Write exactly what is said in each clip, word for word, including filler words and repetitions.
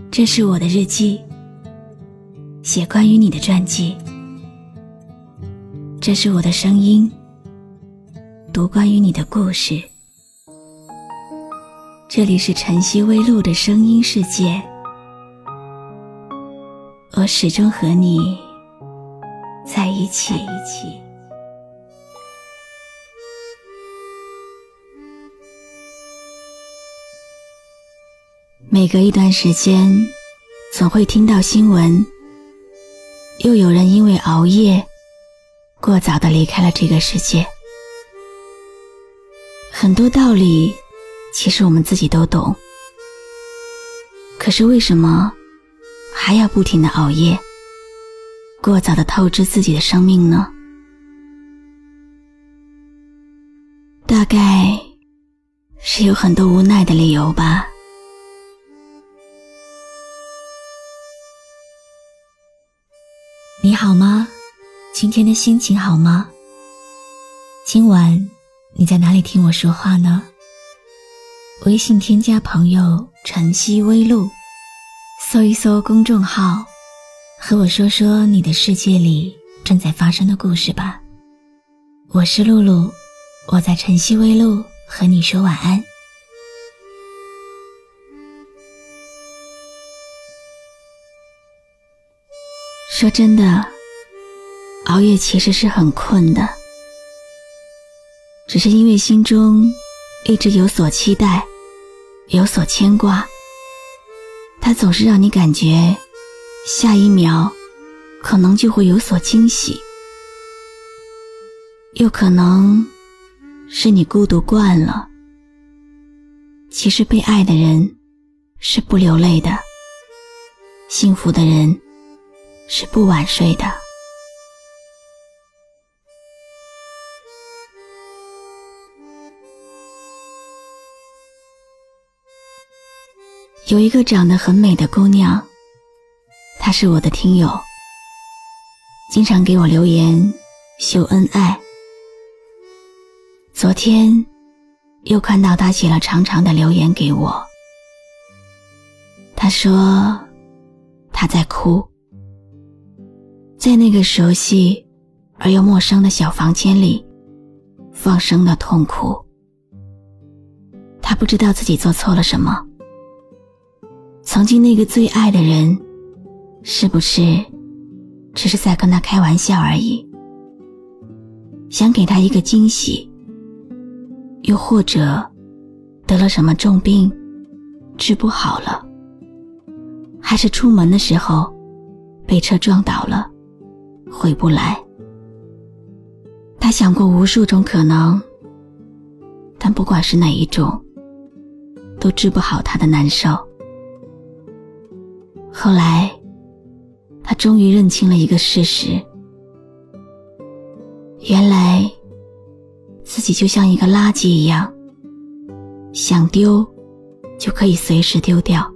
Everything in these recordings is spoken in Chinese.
这是我的日记，写关于你的传记。这是我的声音，读关于你的故事。这里是晨曦微露的声音世界，我始终和你在一起。每隔一段时间，总会听到新闻，又有人因为熬夜，过早地离开了这个世界。很多道理，其实我们自己都懂，可是为什么还要不停地熬夜，过早地透支自己的生命呢？大概是有很多无奈的理由吧。你好吗？今天的心情好吗？今晚你在哪里听我说话呢？微信添加朋友晨曦微露，搜一搜公众号，和我说说你的世界里正在发生的故事吧。我是露露，我在晨曦微露和你说晚安。说真的，熬夜其实是很困的，只是因为心中一直有所期待，有所牵挂，它总是让你感觉下一秒可能就会有所惊喜，又可能是你孤独惯了。其实被爱的人是不流泪的，幸福的人是不晚睡的。有一个长得很美的姑娘，她是我的听友，经常给我留言秀恩爱。昨天又看到她写了长长的留言给我，她说她在哭，在那个熟悉而又陌生的小房间里放声的痛哭。她不知道自己做错了什么，曾经那个最爱的人是不是只是在跟他开玩笑而已，想给他一个惊喜，又或者得了什么重病治不好了，还是出门的时候被车撞倒了回不来。他想过无数种可能，但不管是哪一种都治不好他的难受。后来他终于认清了一个事实，原来自己就像一个垃圾一样，想丢就可以随时丢掉。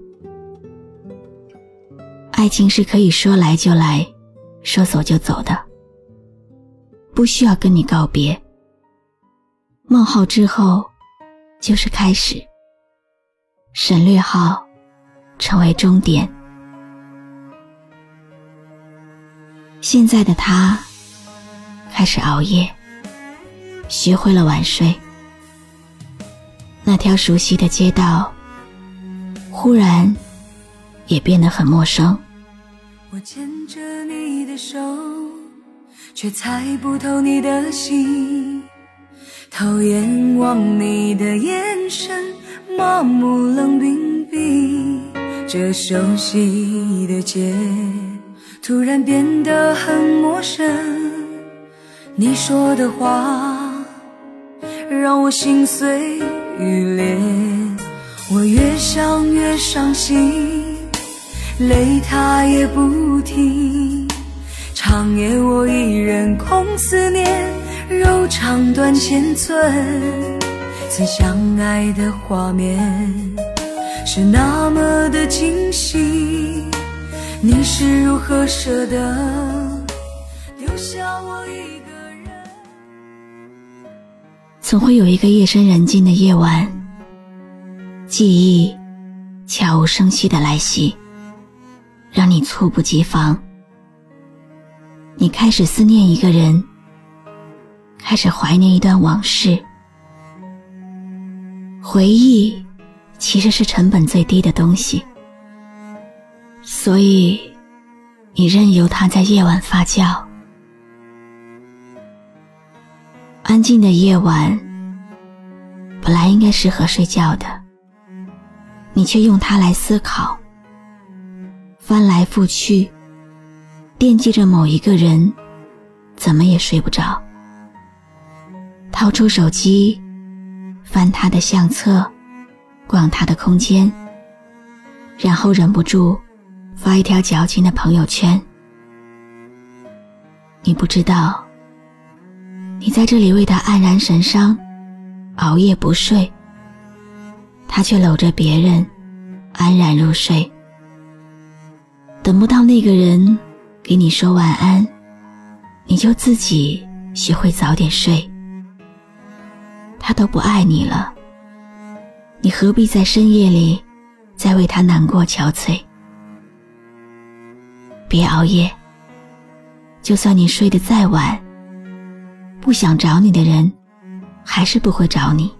爱情是可以说来就来，说走就走的，不需要跟你告别，冒号之后就是开始，省略号成为终点。现在的他开始熬夜，学会了晚睡。那条熟悉的街道忽然也变得很陌生。 我牵着你的手，却猜不透你的心，讨厌望你的眼神，麻木冷冰冰。这熟悉的街突然变得很陌生，你说的话让我心碎欲裂，我越想越伤心，泪它也不停，长夜我一人空思念，柔肠断千寸，曾相爱的画面是那么的惊喜，你是如何舍得留下我一个人。 总会有一个夜深人静的夜晚，记忆悄无声息地来袭， 让你猝不及防。你开始思念一个人，开始怀念一段往事。回忆其实是成本最低的东西，所以你任由它在夜晚发酵。安静的夜晚本来应该适合睡觉的，你却用它来思考，翻来覆去，惦记着某一个人，怎么也睡不着。掏出手机，翻他的相册，逛他的空间，然后忍不住发一条矫情的朋友圈。你不知道，你在这里为他黯然神伤，熬夜不睡，他却搂着别人安然入睡。等不到那个人给你说晚安，你就自己学会早点睡。他都不爱你了，你何必在深夜里再为他难过憔悴？别熬夜，就算你睡得再晚，不想找你的人还是不会找你。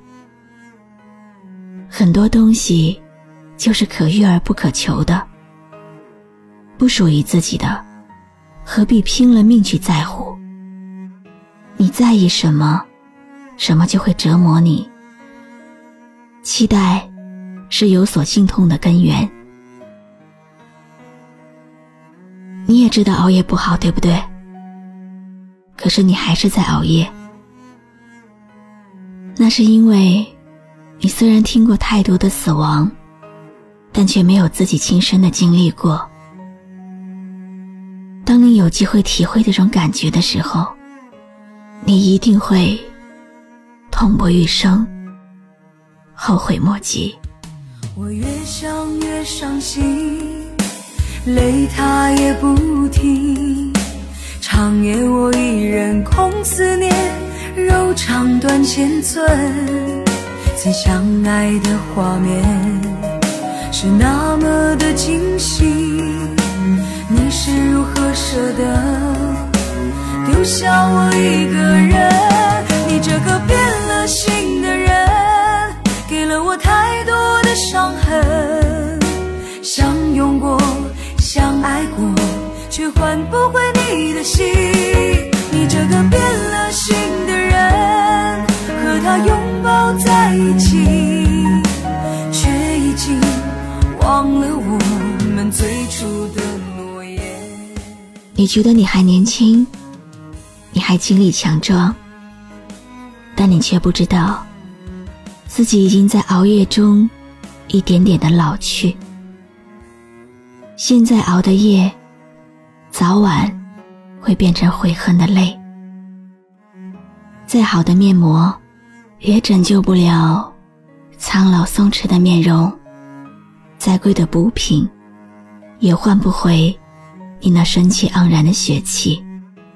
很多东西就是可遇而不可求的，不属于自己的，何必拼了命去在乎？你在意什么，什么就会折磨你。期待是有所心痛的根源。你也知道熬夜不好，对不对？可是你还是在熬夜。那是因为你虽然听过太多的死亡，但却没有自己亲身的经历过。当你有机会体会这种感觉的时候，你一定会痛不欲生，后悔莫及。 我越想越伤心，泪它也不停，长夜我一人空思念，柔肠断千寸。曾相爱的画面是那么的惊喜，你是如何舍得丢下我一个人？你这个变了心的人，给了我太多的伤痕。相拥过，相爱过，却换不回你的心。你这个变了心的人，和他拥抱在一起，却已经忘了我们最初的诺言。 你觉得你还年轻，你还精力强壮，但你却不知道自己已经在熬夜中一点点的老去。现在熬的夜，早晚会变成悔恨的泪。再好的面膜也拯救不了苍老松弛的面容，再贵的补品也换不回你那生气盎然的血气。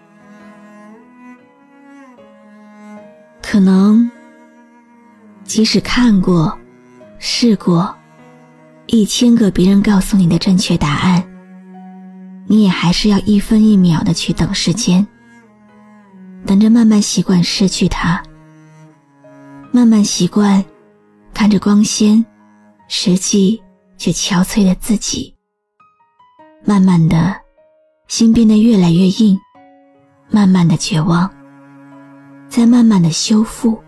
可能即使看过试过一千个别人告诉你的正确答案，你也还是要一分一秒的去等时间，等着慢慢习惯失去它，慢慢习惯看着光鲜实际却憔悴的自己，慢慢的心变得越来越硬，慢慢的绝望，再慢慢的修复。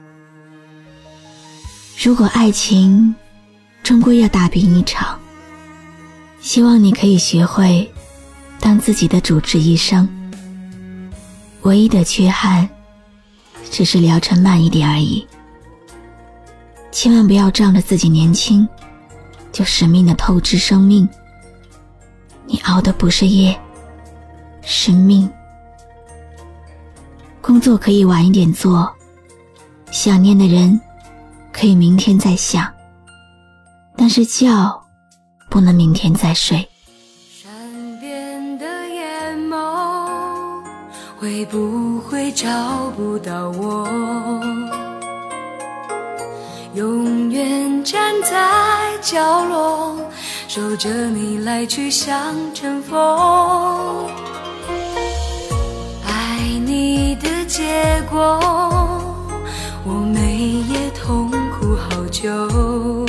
如果爱情终归要大病一场，希望你可以学会当自己的主治医生，唯一的缺憾只是疗程慢一点而已。千万不要仗着自己年轻就使命的透支生命，你熬的不是夜，是命。工作可以晚一点做，想念的人可以明天再想，但是觉不能明天再睡。 善变的眼眸会不会找不到我？永远站在角落， 守着你来去像阵风。爱你的结果，我每夜痛苦好久。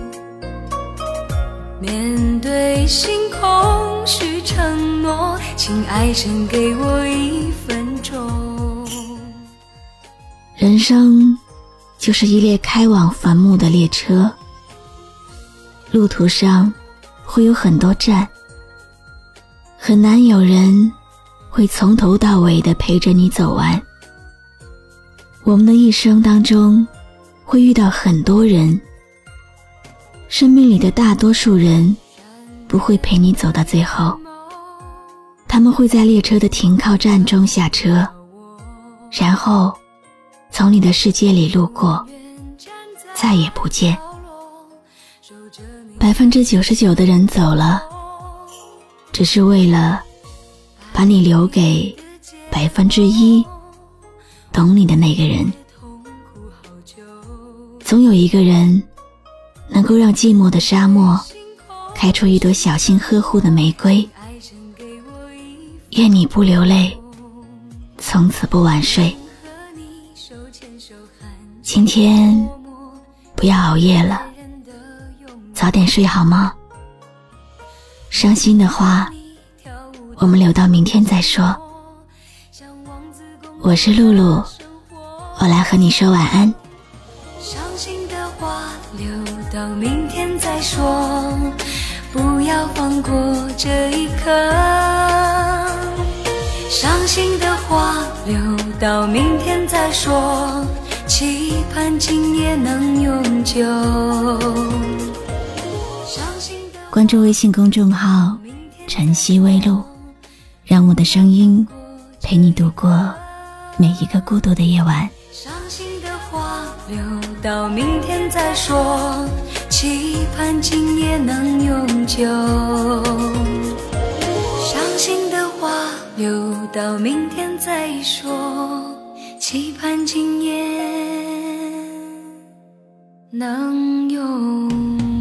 面对星空许承诺，请爱神给我一分钟。 人生就是一列开往坟墓的列车，路途上会有很多站，很难有人会从头到尾地陪着你走完。我们的一生当中会遇到很多人，生命里的大多数人不会陪你走到最后，他们会在列车的停靠站中下车，然后从你的世界里路过，再也不见。百分之九十九的人走了，只是为了把你留给百分之一懂你的那个人。总有一个人能够让寂寞的沙漠开出一朵小心呵护的玫瑰。愿你不流泪，从此不晚睡。今天不要熬夜了，早点睡好吗？伤心的话我们留到明天再说。我是露露，我来和你说晚安。 伤心的话留到明天再说，不要放过这一刻。伤心的话留到明天再说，期盼今夜能永久。 关注微信公众号晨曦微露，让我的声音陪你度过每一个孤独的夜晚。 伤心的话留到明天再说，期盼今夜能永久。伤心的话留到明天再说，期盼今夜能永久。